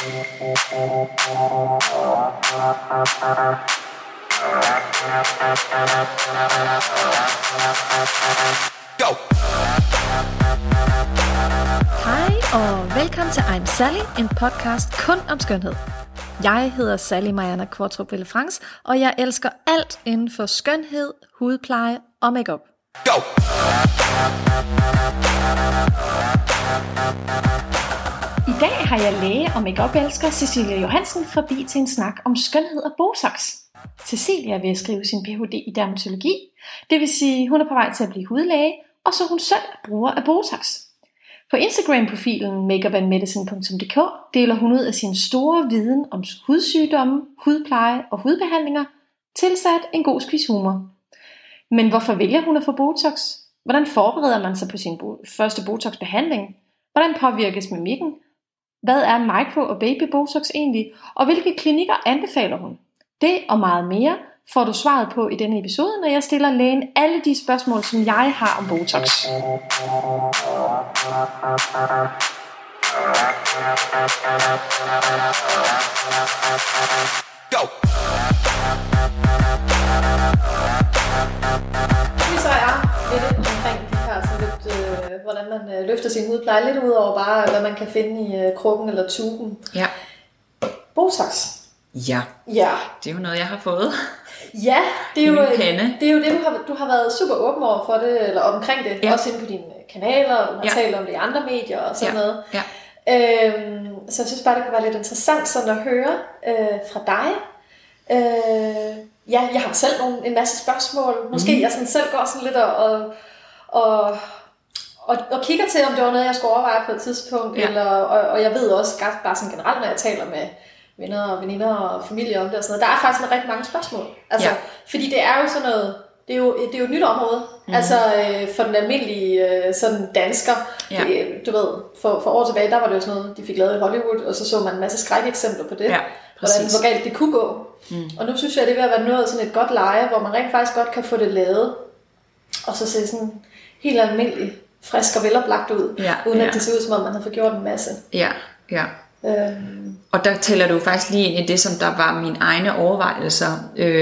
Go! Hej og velkommen til I'm Sally, en podcast kun om skønhed. Jeg hedder Sally Marianne Kvartrup Villefranche, og jeg elsker alt inden for skønhed, hudpleje og makeup. Go! I dag har jeg læge og makeup-elsker Cecilia Johansen forbi til en snak om skønhed og Botox. Cecilia vil skrive sin Ph.D. i dermatologi, det vil sige, hun er på vej til at blive hudlæge, og så hun selv bruger af Botox. På Instagram-profilen makeupandmedicine.dk deler hun ud af sin store viden om hudsygdomme, hudpleje og hudbehandlinger, tilsat en god skvis humor. Men hvorfor vælger hun at få Botox? Hvordan forbereder man sig på sin første Botox-behandling? Hvordan påvirkes mimikken? Hvad er micro- og baby-Botox egentlig? Og hvilke klinikker anbefaler hun? Det og meget mere får du svaret på i denne episode, når jeg stiller lægen alle de spørgsmål, som jeg har om Botox. Go! Så er lidt omkring de her, så lidt, hvordan man løfter sin hudpleje, lidt ud over bare, hvad man kan finde i krukken eller tuben. Ja. Botox. Ja. Ja. Det er jo noget, jeg har fået. Ja, det er jo det, du har været super åben over for det, eller omkring det, ja. Også inde på dine kanaler, og du har talt om det i andre medier og sådan noget. Ja. Så jeg synes bare, det kunne være lidt interessant sådan at høre fra dig. Ja, jeg har selv en masse spørgsmål. Måske jeg sådan selv går sådan lidt og kigger til, om det var noget, jeg skulle overveje på et tidspunkt. Ja. Og jeg ved også bare sådan generelt, når jeg taler med venner og veninder og familie om det og sådan noget. Der er faktisk rigtig mange spørgsmål. Altså, fordi det er jo sådan noget, det er jo et nyt område. Altså for den almindelige sådan dansker. Ja. Du ved, for år tilbage, der var det jo sådan noget, de fik lavet i Hollywood, og så man en masse skrækeksempler på det. Ja, hvor galt det kunne gå. Og nu synes jeg, det er ved at være noget sådan et godt leje, hvor man rent faktisk godt kan få det lavet. Og så se sådan helt almindeligt, frisk og veloplagt ud. Uden at det ser ud, som om man har fået gjort en masse. Ja. Og der tæller du faktisk lige ind i det, som der var mine egne overvejelser,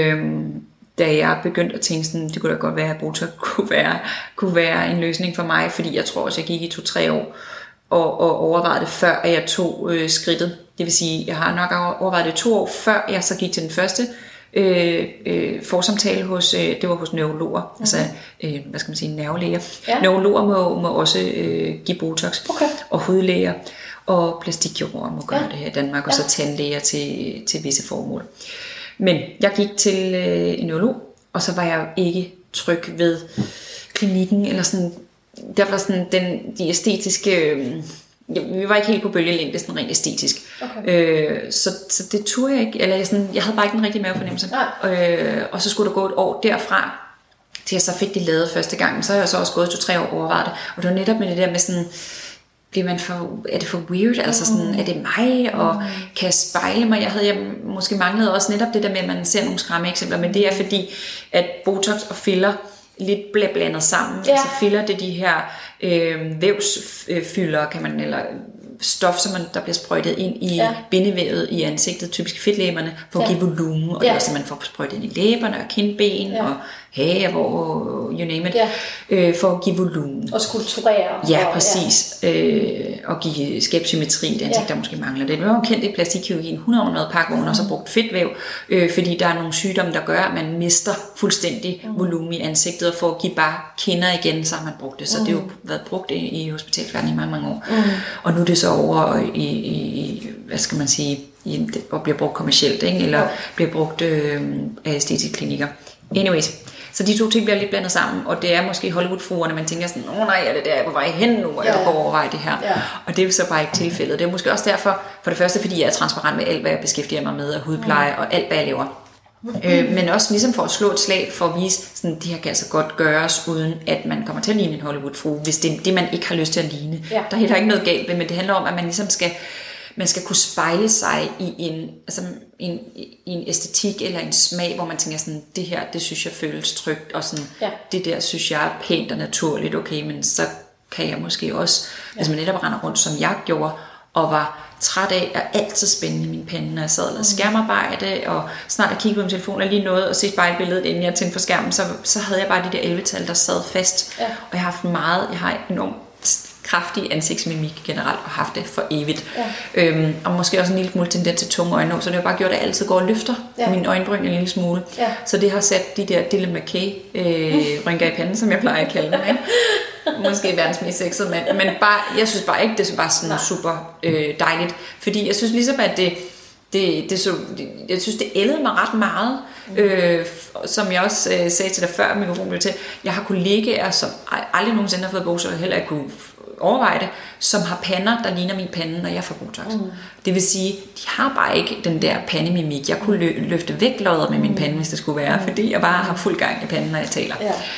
da jeg begyndte at tænke sådan, det kunne da godt være, at Botox kunne være en løsning for mig, fordi jeg tror også, jeg gik i 2-3 år og overvejede det, før at jeg tog skridtet. Det vil sige, jeg har nok overvejet det 2 år, før jeg så gik til den første forsamtale det var hos neurologer, altså hvad skal man sige, nervelæger. Ja. Neurologer må også give Botox, og hudlæger. Og plastikkirurger må gøre det her i Danmark, og så tandlæger til visse formål. Men jeg gik til en neurolog, og så var jeg ikke tryg ved klinikken, eller sådan, der var sådan de æstetiske, vi var ikke helt på bølgelængde, sådan rent æstetisk. Så det turde jeg ikke, eller jeg havde bare ikke den rigtige mavefornemmelse. Og så skulle der gå et år derfra, til jeg så fik det lavet første gang, så har jeg så også gået 2-3 år overvejet det, og det var netop med det der med sådan, er det for weird, altså sådan, er det mig, og kan jeg spejle mig? Jeg måske manglede også netop det der med, at man ser nogle skræmme eksempler, men det er fordi, at Botox og filler lidt bliver blandet sammen. Ja. Altså filler det de her vævsfylder, eller stof, som der bliver sprøjtet ind i bindevævet i ansigtet, typisk fedtlæberne, for at give volumen, og det er også, man får sprøjtet ind i læberne og kindben og hage, hvor you name it, for at give volumen. Og skulpturere. Ja, præcis. Og give skabssymmetri, det ansigt, der måske mangler. Det var jo kendt i plastikkirurgien, 100 år med pakvogn, og så brugt fedtvæv, fordi der er nogle sygdomme, der gør, at man mister fuldstændig volumen i ansigtet, og for at give bare kinder igen, så har man brugt det. Så det har jo været brugt i hospitalsverdenen i mange, mange år. Og nu er det så over i hvad skal man sige, og bliver brugt kommercielt, ikke? Eller bliver brugt af æstetiske klinikker. Anyways, så de 2 ting bliver lidt blandet sammen, og det er måske Hollywood-fruerne, man tænker sådan, nej, er det der, jeg er på vej hen nu, og jeg går overveje det her. Og det er så bare ikke tilfældet. Det er måske også derfor, for det første, fordi jeg er transparent med alt, hvad jeg beskæftiger mig med, af hudpleje og alt, hvad jeg laver. Men også ligesom for at slå et slag, for at vise, sådan, det her kan altså godt gøres, uden at man kommer til at ligne en Hollywood-frue, hvis det er det, man ikke har lyst til at ligne. Der er ikke noget galt ved, men det handler om, at man ligesom skal kunne spejle sig i en æstetik eller en smag, hvor man tænker sådan, det her, det synes jeg føles trygt, og sådan, det der synes jeg er pænt og naturligt, okay, men så kan jeg måske også, hvis man netop render rundt, som jeg gjorde, og var træt af at altid spænde i min pande, når jeg sad og lavede skærmarbejde, og snart jeg kiggede på min telefon, og lige nåede at se spejlbilledet, inden jeg tændte for skærmen, så havde jeg bare de der 11-tal, der sad fast. Ja. Og jeg har enormt kraftig ansigtsmimik generelt, og haft det for evigt. Ja. Og måske også en lille smule tendens til tunge øjne, så det har bare gjort, at jeg altid går og løfter mine øjenbryn en lille smule. Ja. Så det har sat de der Dylan McKay rynker i panden, som jeg plejer at kalde dem. Måske verdens mest sexede mand, men jeg synes bare ikke, det er bare sådan super dejligt, fordi jeg synes ligesom, at jeg synes, det ældede mig ret meget, som jeg også sagde til dig før, mikrofonen blev til, jeg har kollegaer, som aldrig nogensinde har fået Botox, og heller ikke kunne overveje det, som har pander, der ligner min pande, når jeg får Botox. Det vil sige, de har bare ikke den der pandemimik. Jeg kunne løfte vægtlodder med min pande, hvis det skulle være, fordi jeg bare har fuld gang i panden, når jeg taler.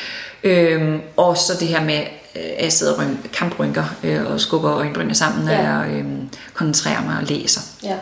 Ja. Og så det her med, at jeg sidder og kamprynker og skubber øjenbrynene sammen, når jeg koncentrerer mig og læser. Ja.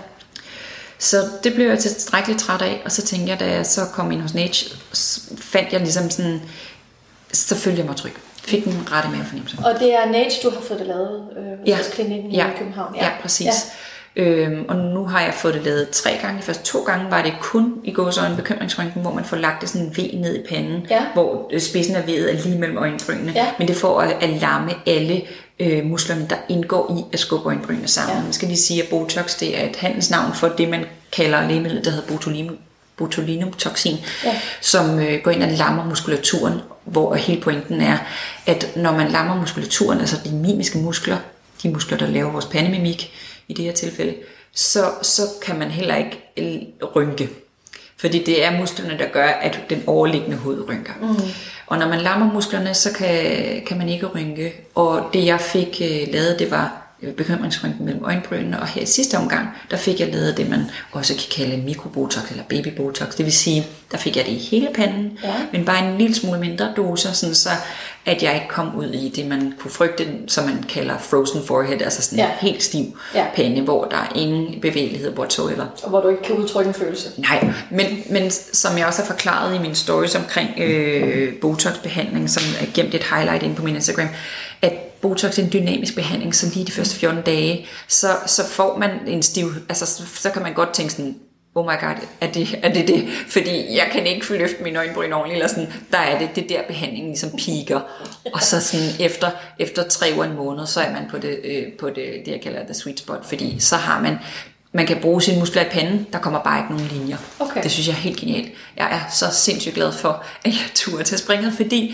Så det blev jeg tilstrækkeligt træt af, og så tænkte jeg, da jeg så kom ind hos Nage, fandt jeg ligesom sådan, så følte jeg mig tryg. Fik den rette mavefornemmelse. Og det er Nage, du har fået det lavet hos klinikken i København? Ja, præcis. Ja. Og nu har jeg fået det lavet 3 gange. De første 2 gange var det kun i gåseøjne bekymringsrøntgen, hvor man får lagt det sådan en V ned i panden, hvor spidsen af V'et er lige mellem øjenbrynene. Ja. Men det får at lamme alle musklerne, der indgår i at skubbe øjenbrynene sammen. Ja. Man skal lige sige, at Botox det er et handelsnavn for det, man kalder lægemiddel, der hedder botulinumtoxin, som går ind og lammer muskulaturen, hvor hele pointen er, at når man lammer muskulaturen, altså de mimiske muskler, de muskler, der laver vores pandemimik i det her tilfælde, så kan man heller ikke rynke. Fordi det er musklerne, der gør, at den overliggende hud rynker. Og når man lammer musklerne, så kan man ikke rynke. Og det jeg fik lavet, det var bekymringsrynken mellem øjenbrynene, og her i sidste omgang, der fik jeg lavet det, man også kan kalde mikrobotox eller babybotox. Det vil sige, der fik jeg det i hele panden, men bare en lille smule mindre doser, sådan så at jeg ikke kom ud i det, man kunne frygte, som man kalder frozen forehead, altså sådan en helt stiv pande, hvor der er ingen bevægelighed whatsoever. Og hvor du ikke kan udtrykke en følelse. Nej, men som jeg også har forklaret i mine stories omkring botox-behandling, som er gemt et highlight inde på min Instagram, at Botox er en dynamisk behandling, så lige de første 14 dage, så får man en stiv, altså så kan man godt tænke sådan, oh my god, er det? Fordi jeg kan ikke løfte mine øjenbryn ordentligt, eller sådan, der er det der behandlingen ligesom piker, og så sådan efter 3 uger en måned, så er man på det jeg kalder the sweet spot, fordi så har man kan bruge sine muskler i panden, der kommer bare ikke nogen linjer. Okay. Det synes jeg er helt genialt. Jeg er så sindssygt glad for, at jeg turde til springet, fordi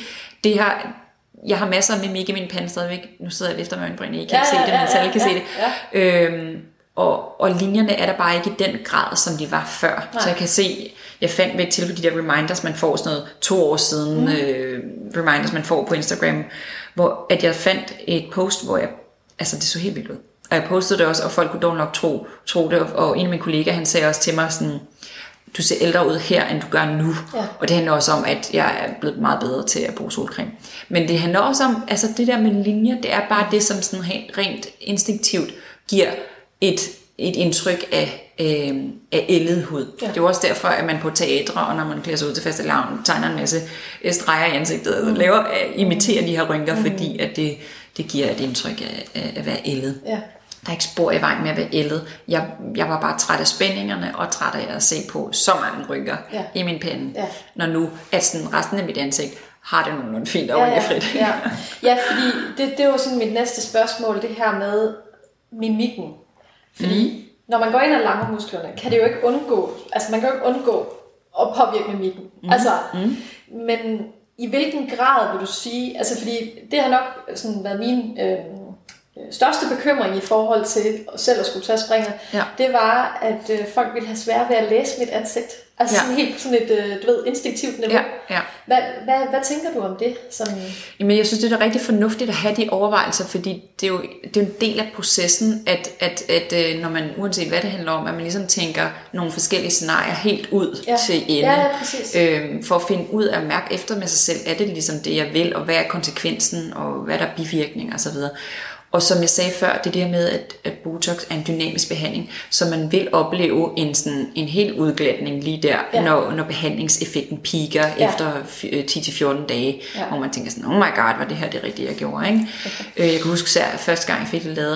jeg har masser af mimik i min pande stadigvæk. Nu sidder jeg efter med øjenbrynene, I kan ikke se det, men alle kan se det. Ja. Og linjerne er der bare ikke i den grad, som de var før. Nej. Så jeg kan se, jeg fandt ved til de der reminders, man får sådan noget 2 år siden, reminders man får på Instagram, hvor at jeg fandt et post, hvor det så helt vildt ud. Og jeg postede det også, og folk kunne dog nok tro det, og en af mine kollegaer, han sagde også til mig sådan, du ser ældre ud her, end du gør nu. Ja. Og det handler også om, at jeg er blevet meget bedre til at bruge solcreme. Men det handler også om, altså det der med linjer, det er bare det, som sådan rent instinktivt giver et indtryk af ældet hud. Ja. Det er jo også derfor, at man på teatre, og når man klæder sig ud til fastelavn, tegner en masse streger i ansigtet, og imiterer de her rynker, fordi at det giver et indtryk af at være ældet. Ja. Der er ikke spor i vejen med at være ældet. Jeg var bare træt af spændingerne, og træt af at se på så mange rynker i min pande. Når nu at sådan resten af mit ansigt har det nogenlunde fint og oliefrit. Ja, fordi det var sådan mit næste spørgsmål, det her med mimikken. Fordi når man går ind og lammer musklerne, kan det jo ikke undgå, altså man kan jo ikke undgå at påvirke mimikken. Men i hvilken grad vil du sige, altså fordi det har nok sådan været min største bekymring i forhold til selv at skulle tage springet, det var, at folk ville have svært ved at læse mit ansigt. Altså sådan helt sådan et, instinktivt niveau. Ja. Hvad tænker du om det? Jamen, jeg synes, det er rigtig fornuftigt at have de overvejelser, fordi det er jo en del af processen, at når man, uanset hvad det handler om, at man ligesom tænker nogle forskellige scenarier helt ud til ende, for at finde ud af at mærke efter med sig selv, er det ligesom det, jeg vil, og hvad er konsekvensen, og hvad der er bivirkninger osv. Og som jeg sagde før, det der med, at Botox er en dynamisk behandling, så man vil opleve en hel udglatning lige der, når behandlingseffekten piker efter 10-14 dage, hvor man tænker sådan, oh my god, var det her det rigtige, jeg gjorde, ikke? Okay. Jeg kan huske første gang, jeg fik det lavet,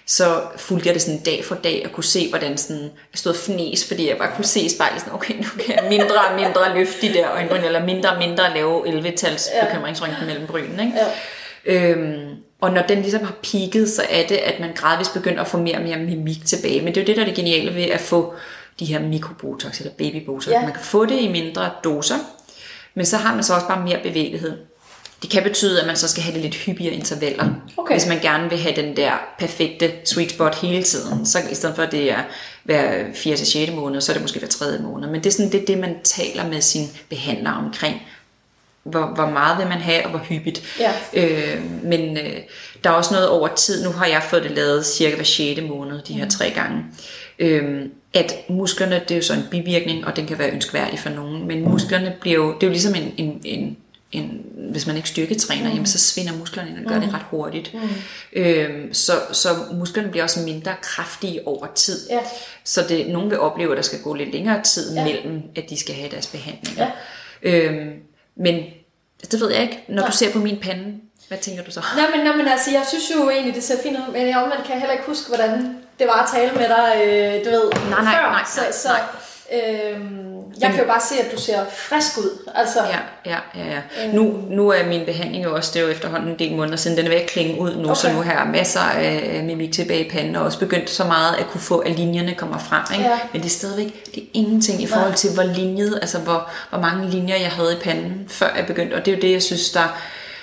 så fulgte jeg det sådan dag for dag, og kunne se, hvordan sådan, jeg stod fnæs, fordi jeg bare kunne se i spejlet sådan, okay, nu kan jeg mindre og mindre løfte de der øjenbryn, eller mindre og mindre lave 11-tals bekymringsrynken mellem brynene, ikke? Ja. Og når den ligesom har peaked, så er det, at man gradvist begynder at få mere og mere mimik tilbage. Men det er jo det, der er det geniale ved at få de her mikrobotox eller babybotox. Ja. Man kan få det i mindre doser, men så har man så også bare mere bevægelighed. Det kan betyde, at man så skal have det lidt hyppigere intervaller. Okay. Hvis man gerne vil have den der perfekte sweet spot hele tiden. Så i stedet for, at det er hver 4. til 6. måned, så er det måske hver 3. måned. Men det er sådan det, man taler med sin behandler omkring. Hvor meget vil man have, og hvor hyppigt. Ja. Men der er også noget over tid. Nu har jeg fået det lavet cirka hver 6. måned, de her 3 gange. At musklerne, det er jo så en bivirkning, og den kan være ønskværdig for nogen. Men musklerne bliver jo, det er jo ligesom hvis man ikke styrketræner, jamen, så svinder musklerne ind og gør det ret hurtigt. Så musklerne bliver også mindre kraftige over tid. Ja. Så nogen vil opleve, at der skal gå lidt længere tid mellem, at de skal have deres behandlinger. Ja. Men det ved jeg ikke. Når du ser på min pande, hvad tænker du så? Nej, men altså, jeg synes jo egentlig, det ser fint ud, men jeg kan heller ikke huske, hvordan det var at tale med dig, du ved, før. Nej. Jeg kan jo bare se, at du ser frisk ud. Altså. Ja. Nu er min behandling jo også, det er jo efterhånden en del måneder siden, den er ved at klinge ud nu, så nu har jeg masser af mimik tilbage i panden, og også begyndt så meget at kunne få, at linjerne kommer frem. Ikke? Ja. Men det er stadigvæk, det er ingenting i forhold til, hvor linjet, altså hvor mange linjer jeg havde i panden, før jeg begyndte. Og det er jo det, jeg synes, der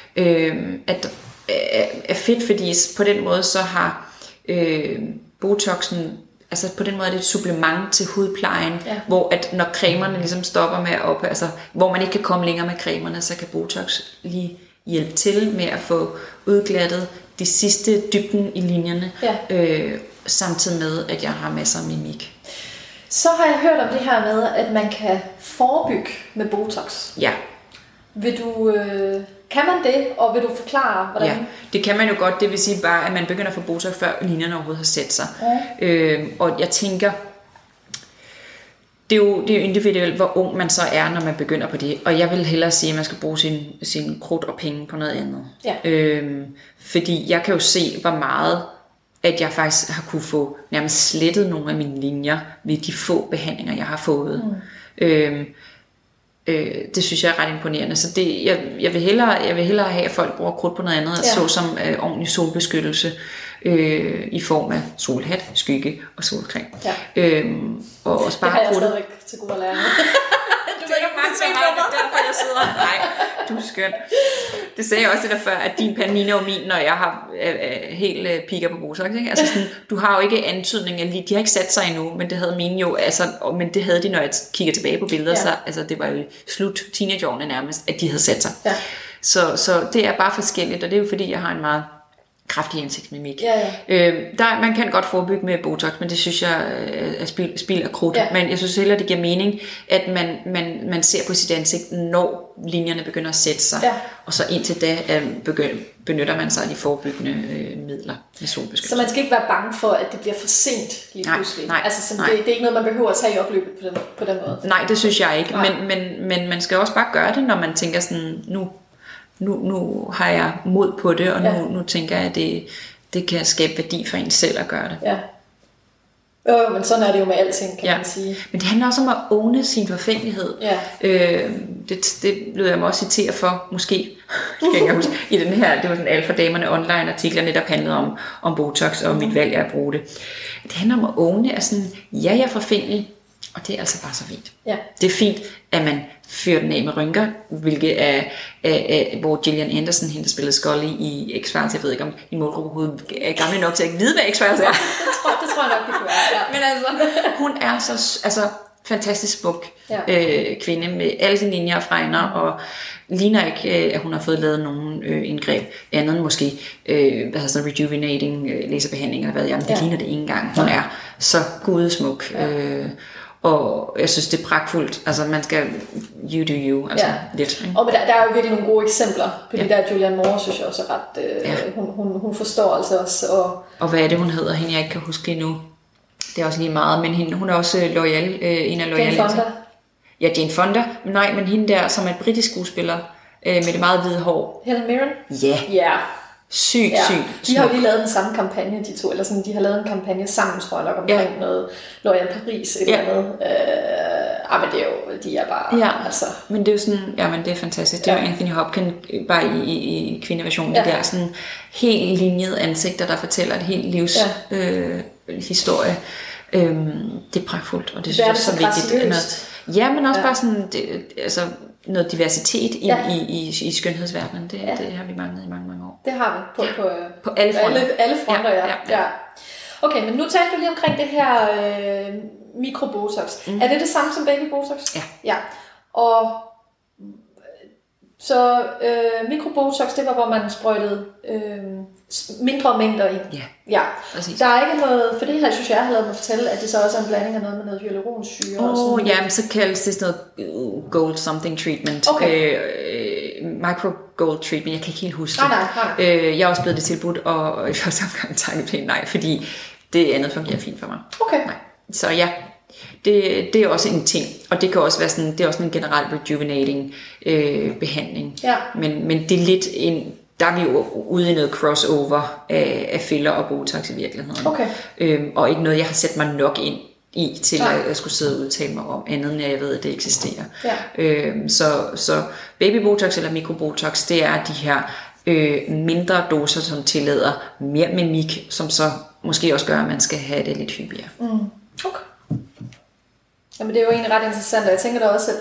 er fedt, fordi på den måde så har botoxen, altså på den måde er det et supplement til hudplejen, hvor at når cremerne ligesom stopper med at altså hvor man ikke kan komme længere med cremerne, så kan botox lige hjælpe til med at få udglattet de sidste dybden i linjerne, samtidig med, at jeg har masser af mimik. Så har jeg hørt om det her med, at man kan forebygge med botox. Ja. Kan man det, og vil du forklare, hvordan? Ja, det kan man jo godt. Det vil sige bare, at man begynder at få botox, før linjerne overhovedet har sat sig. Og jeg tænker, det er jo individuelt, hvor ung man så er, når man begynder på det. Og jeg vil hellere sige, at man skal bruge sin krudt og penge på noget andet. Ja. Fordi jeg kan jo se, hvor meget, at jeg faktisk har kunne få nærmest slettet nogle af mine linjer ved de få behandlinger, jeg har fået. Det synes jeg er ret imponerende. Så det, jeg vil hellere have, at folk bruger krudt på noget andet, såsom ordentlig solbeskyttelse i form af solhat, skygge og solcreme. Ja. Og også bare det har jeg stadigvæk til gode at lære. Du tænker bare så meget, det er derfor jeg sidder. Nej, du er skøn. Det sagde jeg også det der før, at din pande ligner jo min, når jeg har helt piker på botox. Ikke? Altså sådan, du har jo ikke antydning af, de har ikke sat sig endnu, men det havde mine jo, altså, men det havde de, når jeg kigger tilbage på billeder, så altså, det var jo slut teenageårene nærmest, at de havde sat sig. Ja. Så det er bare forskelligt, og det er jo fordi, jeg har en meget kraftig ansigtsmimik. Man kan godt forebygge med botox, men det synes jeg er spild af krudt. Men jeg synes heller, det giver mening, at man ser på sit ansigt, når linjerne begynder at sætte sig. Og så indtil da benytter man sig af de forebyggende midler med solbeskyttelse. Så man skal ikke være bange for, at det bliver for sent lige pludselig? Nej. Altså, det er ikke noget, man behøver at tage i opløbet på den måde? Nej, det synes jeg ikke. Men man skal også bare gøre det, når man tænker sådan, nu har jeg mod på det, og nu tænker jeg, at det kan skabe værdi for en selv at gøre det. Ja. Jo, men sådan er det jo med alting, kan man sige. Men det handler også om at åbne sin forfængelighed. Ja. Det blev jeg mig også citere for, måske, kan jeg huske, i den her, det var den Alfa Damerne online artikler, netop handlede om botox og mit valg af at bruge det. Det handler om at åbne, at sådan, jeg er forfængelig, og det er altså bare så fint. Ja. Det er fint, at man fyrer den af med rynker, hvilket er hvor Gillian Anderson, hende der spillede Scully i X-Files, jeg ved ikke om din målgruppe overhovedet er gamle nok til at vide, hvad X-Files er. det tror jeg nok, det kan være. Ja. Men altså, hun er så fantastisk smuk kvinde med alle sine linjer og fregner, og ligner ikke, at hun har fået lavet nogen indgreb andet end måske rejuvenating laserbehandling eller hvad. Jamen, det ligner det ikke engang. Hun er så gudsmuk. Og jeg synes, det er pragtfuldt. Altså, man skal you do you. Altså, lidt. Og men der er jo virkelig nogle gode eksempler på det der. Julianne Moore, synes jeg også er ret... Hun forstår altså også. Og hvad er det, hun hedder? Hende jeg ikke kan huske lige nu. Det er også lige meget. Men hun er også L'Oreal. En af L'Oreal. Jane Fonda. Ja, Jane Fonda. Nej, men hende der, som er et britisk skuespiller med det meget hvide hår. Helen Mirren? Ja. Sygt. De har jo lige lavet den samme kampagne, de to, eller sådan, de har lavet en kampagne sammen, tror jeg nok, omkring noget L'Oréal Paris eller andet. Men det er jo, de er bare, altså. Men det er jo sådan, men det er fantastisk. Det er jo Anthony Hopkins, bare i kvindeversionen, det der sådan helt linjede ansigter, der fortæller et helt livs historie. Det er pragtfuldt, og det synes jeg er så vigtigt. Ja, men også bare sådan, altså noget diversitet i skønhedsverdenen. Det har vi manglet i mange, mange år. Det har vi på alle fronter. Alle fronter, ja. Okay, men nu talte du lige omkring det her mikrobotox. Er det samme som babybotox? Ja. Og så mikrobotox, det var, hvor man sprøjtede mindre mængder ind. Ja. Præcis. Der er ikke noget, for det her synes jeg har lavet mig fortælle, at det så også er en blanding af noget med noget hyaluronsyre. Men så kaldes det sådan noget gold something treatment. Okay. Micro gold treatment, jeg kan ikke helt huske det. Nej. Jeg er også blevet det tilbudt, og i første omgang takkede pænt nej, fordi det andet fungerer fint for mig. Okay. Nej. Så ja, det er også en ting, og det kan også være sådan, det er også en generel rejuvenating behandling. Ja. Men det er lidt der er vi jo ude i noget crossover af filler og botox i virkeligheden. Okay. Og ikke noget, jeg har sat mig nok ind i, til at jeg skulle sidde og udtale mig om, andet end jeg ved, at det eksisterer. Ja. Så babybotox eller mikrobotox, det er de her mindre doser, som tillader mere mimik, som så måske også gør, at man skal have det lidt hyppigere. Okay. Jamen det er jo egentlig ret interessant, og jeg tænker da også,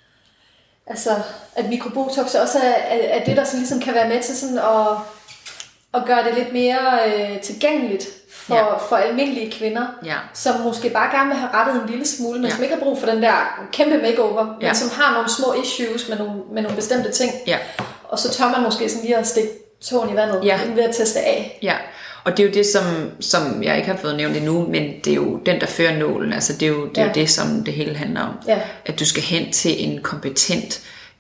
at mikrobotox også er det, der sådan ligesom kan være med til sådan at gøre det lidt mere tilgængeligt for almindelige kvinder, som måske bare gerne vil have rettet en lille smule, men som ikke har brug for den der kæmpe makeover, men som har nogle små issues med nogle bestemte ting. Ja. Og så tør man måske sådan lige at stikke tåen i vandet ved at teste af. Ja. Og det er jo det, som jeg ikke har fået nævnt endnu, men det er jo den, der fører nålen. Altså det er jo det, som det hele handler om. Ja. At du skal hen til en kompetent,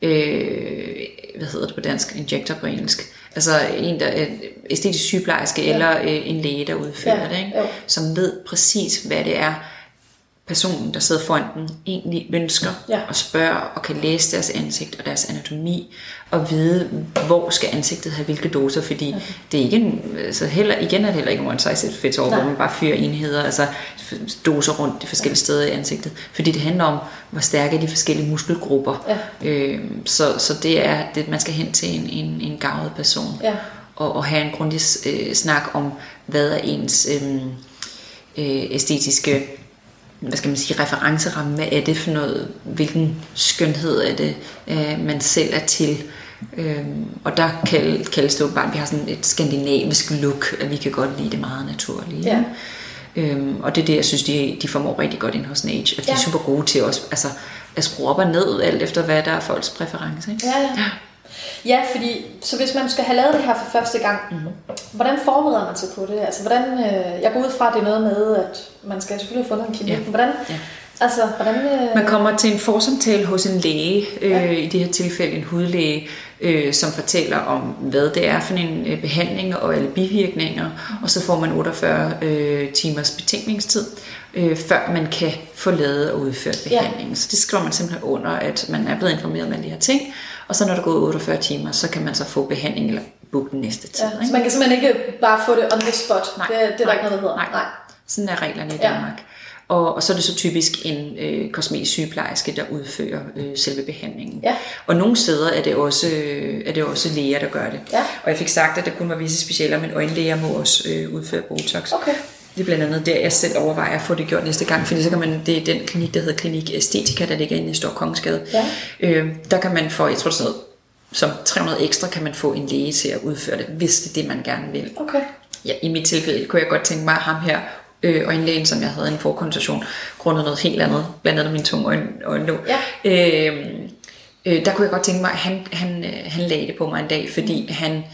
hvad hedder det på dansk, injector på engelsk. Altså en, der er æstetisk sygeplejerske eller en læge, der udfører det. Ikke? Som ved præcis, hvad det er, personen, der sidder foran den, egentlig ønsker og spørger og kan læse deres ansigt og deres anatomi og vide, hvor skal ansigtet have hvilke doser, fordi det er ikke heller er det heller ikke one size fits all, hvor man bare fyrer enheder, altså doser rundt de forskellige steder i ansigtet, fordi det handler om, hvor stærke er de forskellige muskelgrupper. Så det er det, man skal hen til en garvet person og have en grundig snak om, hvad er ens æstetiske, hvad skal man sige, referenceramme, hvad er det for noget, hvilken skønhed er det, man selv er til. Og der kaldes det jo bare, at vi har sådan et skandinavisk look, at vi kan godt lide det meget naturlige. Ja. Og det er det, jeg synes, de formår rigtig godt ind hos Nage, at de er super gode til også, altså, at skrue op og ned, alt efter hvad der er folks præference. Ikke? Ja, fordi så hvis man skal have lavet det her for første gang, hvordan forbereder man sig på det? Altså hvordan, jeg går ud fra, at det er noget med, at man skal selvfølgelig have fundet en klinik. Hvordan, man kommer til en forsamtale hos en læge, i det her tilfælde en hudlæge, som fortæller om, hvad det er for en behandling og alle bivirkninger, og så får man 48 timers betænkningstid, før man kan få lavet og udført behandlingen. Så det skriver man simpelthen under, at man er blevet informeret med de her ting, og så når der går 48 timer, så kan man så få behandling eller booke den næste tid. Så man kan simpelthen ikke bare få det on the spot. Nej, det er der ikke noget, der hedder. Nej. Sådan er reglerne i Danmark. Og så er det så typisk en kosmetisk sygeplejerske, der udfører selve behandlingen. Ja. Og nogle steder er det også læger, der gør det. Ja. Og jeg fik sagt, at der kun var visse specialer, men øjenlæger må også udføre botox. Okay. Det er blandt andet der, jeg selv overvejer at få det gjort næste gang, fordi så kan man, det er den klinik, der hedder Klinik Æstetika, der ligger inde i Stor Kongensgade. Ja. Der kan man få, jeg tror sådan noget, som 300 ekstra kan man få en læge til at udføre det, hvis det er det, man gerne vil. Okay. Ja, i mit tilfælde kunne jeg godt tænke mig, at ham her, øjenlægen, som jeg havde en forkonsultation, grundet noget helt andet, blandt andet min tunge øjenlåg. Ja. Der kunne jeg godt tænke mig, at han lagde det på mig en dag, fordi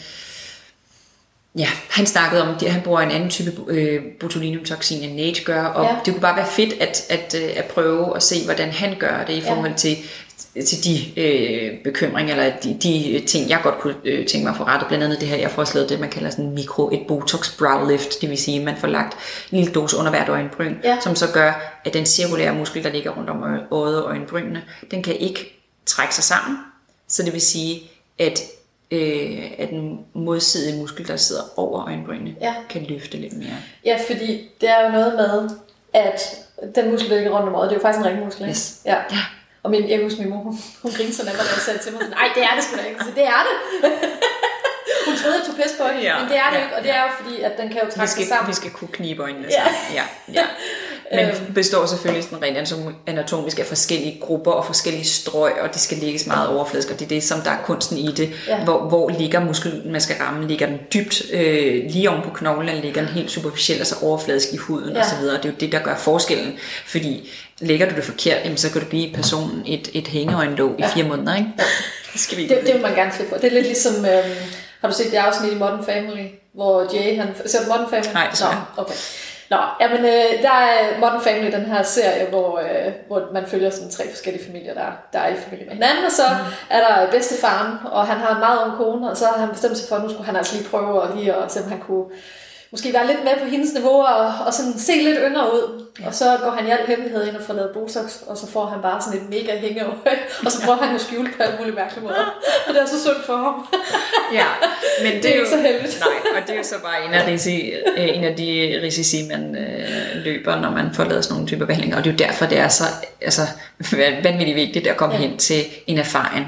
han snakkede om, at han bruger en anden type botulinumtoxin, end Nage gør, og det kunne bare være fedt at prøve at se, hvordan han gør det i forhold til de bekymringer, eller de ting, jeg godt kunne tænke mig at få rettet. Blandt andet det her, jeg får også lavet det, man kalder sådan et botox brow lift, det vil sige, at man får lagt en lille dose under hvert øjenbryn, som så gør, at den cirkulære muskel, der ligger rundt om øjet og øjenbrynene, den kan ikke trække sig sammen. Så det vil sige, at at den modsidige muskel, der sidder over øjenbrynene, kan løfte lidt mere. Ja, fordi det er jo noget med, at den muskel, der ligger rundt om øjet, det er jo faktisk en rigtig muskel. Yes. Ja. Og jeg kan huske, min mor, hun grinte så nemt, og sagde til mig, nej, det er det sgu da ikke. Så det er det. Hun troede, jeg tog pis på hende, men det er det ikke. Og det er jo fordi, at den kan jo trække sig sammen. Vi skal kunne knibe øjnene sammen. Ja. Men består selvfølgelig sådan rent anatomisk af forskellige grupper og forskellige strøg, og de skal lægges meget overfladisk, og det er det, som der er kunsten i det. Hvor ligger musklen, man skal ramme? Ligger den dybt lige oven på knoglen, eller ligger den helt superficielt, altså overfladisk i huden osv.? Det er jo det, der gør forskellen, fordi lægger du det forkert, jamen, så kan du give personen et hængeøjenlåg i 4 måneder, ikke? Det vil man gerne slippe for. Det er lidt ligesom, har du set det afsnit i Modern Family, hvor Jay, ser du Modern Family? Nej, det okay. Jamen, der er Modern Family, den her serie, hvor man følger sådan 3 forskellige familier, der er i familie med hinanden, og så er der bedstefaren, og han har en meget ung kone, og så har han bestemt sig for, at nu skulle han altså lige prøve at se, om han kunne måske være lidt med på hendes niveau, og sådan se lidt yngre ud. Og så går han i al hemmelighed ind og får lavet Botox, og så får han bare sådan et mega hængeøje, og så prøver han at skjule på alle mulige mærkelige måder. Og det er så sundt for ham. Men det er jo ikke så heldigt. Nej, og det er jo så bare en af de risici, man løber, når man får lavet sådan nogle typer behandlinger. Og det er jo derfor, det er så vanvittigt vigtigt at komme hen til en erfaren.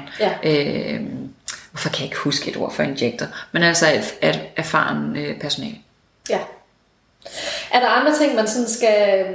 Hvorfor kan jeg ikke huske et ord for injektor? Men altså et erfaren personale. Ja. Er der andre ting, man sådan skal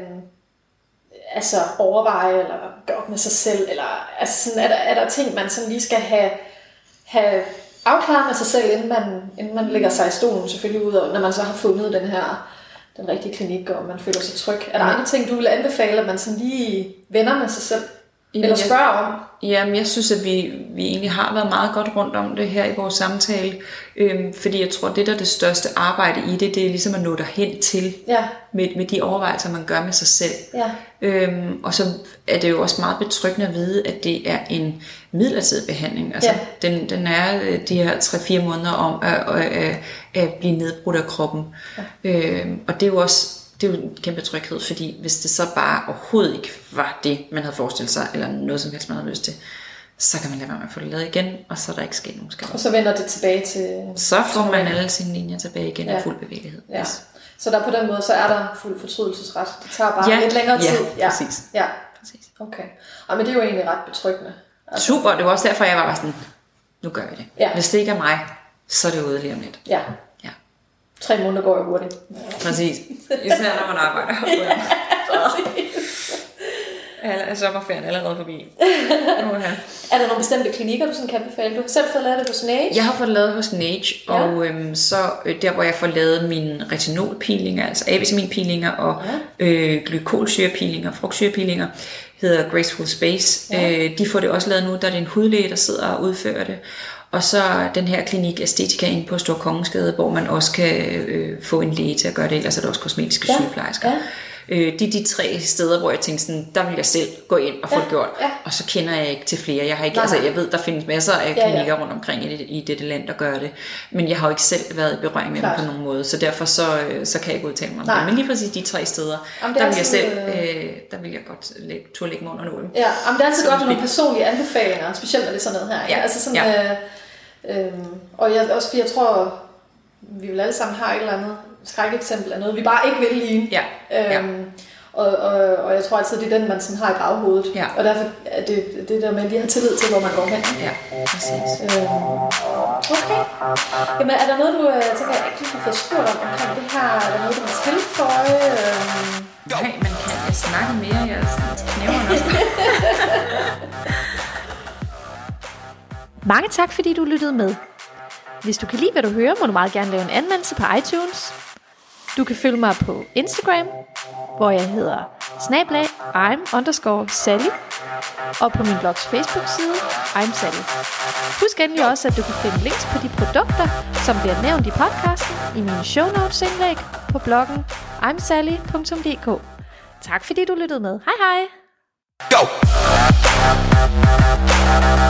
overveje eller gøre op med sig selv? Eller sådan, er der ting, man sådan lige skal have afklaret med sig selv, inden man lægger sig i stolen, selvfølgelig ud, og når man så har fundet den rigtige klinik, og man føler sig tryg? Er der andre ting, du vil anbefale, at man sådan lige vender med sig selv? Eller spørger om? Jamen, jeg synes, at vi egentlig har været meget godt rundt om det her i vores samtale, fordi jeg tror, det der er det største arbejde i det er ligesom at nå derhen til med de overvejelser, man gør med sig selv. Og så er det jo også meget betryggende at vide, at det er en midlertidig behandling. Altså, den er de her 3-4 måneder om at blive nedbrudt af kroppen. Og det er jo også en kæmpe tryghed, fordi hvis det så bare overhovedet ikke var det, man havde forestillet sig, eller noget som helst, man havde lyst til, så kan man lade være med at få det lavet igen, og så er der ikke sket nogen skade. Og så vender det tilbage til... Så får man alle sine linjer tilbage igen af fuld bevægelighed. Ja. Yes. Så der på den måde, så er der fuld fortrydelsesret. Det tager bare lidt længere tid. Præcis. Ja, præcis. Okay. Og men det er jo egentlig ret betryggende. Altså. Super, det var også derfor, jeg var bare sådan, nu gør vi det. Hvis det ikke er mig, så er det ude lige om lidt. 3 måneder går jo hurtigt. Præcis. Især når man arbejder. Er sommerferien allerede forbi? Er der nogle bestemte klinikker, du sådan kan befale? Du har selv fået lavet det hos Nage? Jeg har fået lavet hos Nage, og så der, hvor jeg får lavet mine retinolpilinger, altså A-vitaminpilinger og glykolsyrepilinger, frugtsyrepilinger, hedder Graceful Space. De får det også lavet nu, der er det en hudlæge, der sidder og udfører det. Og så den her klinik Æstetika inde på Store Kongensgade, hvor man også kan få en læge til at gøre det, ellers er der også kosmetiske sygeplejersker. Det er de 3 steder, hvor jeg tænkte sådan, der vil jeg selv gå ind og få det gjort. Og så kender jeg ikke til flere. Jeg har ikke, jeg ved, der findes masser af klinikker rundt omkring i dette land, der gør det. Men jeg har jo ikke selv været i berøring med dem på nogen måde, så derfor så kan jeg ikke udtale mig om det. Men lige præcis de 3 steder, der vil jeg selv, der vil jeg godt turde lægge mig under nålen. Ja, men det er altid godt med nogle personlige anbefalinger, specielt når det er sådan noget her. Altså sådan, og jeg tror, vi vil alle sammen have et eller andet skrækeksempel af noget, vi bare ikke vil lige. Og jeg tror altid, det er den, man sådan har i baghovedet. Og derfor er det der med lige at have tillid til, hvor man går hen. Præcis. Okay. Jamen, er der noget, du tænker, jeg ikke lige har fået spurgt om omkring det her? Er der noget, du vil tilføje? Nej, man kan snakke mere. Jeg knæver også. Mange tak, fordi du lyttede med. Hvis du kan lide, hvad du hører, må du meget gerne lave en anmeldelse på iTunes. Du kan følge mig på Instagram, hvor jeg hedder @I'm_Sally, og på min blogs Facebook-side, I'm Sally. Husk endelig også, at du kan finde links på de produkter, som bliver nævnt i podcasten, i mine show notes indlæg på bloggen imsally.dk. Tak fordi du lyttede med. Hej hej! Go!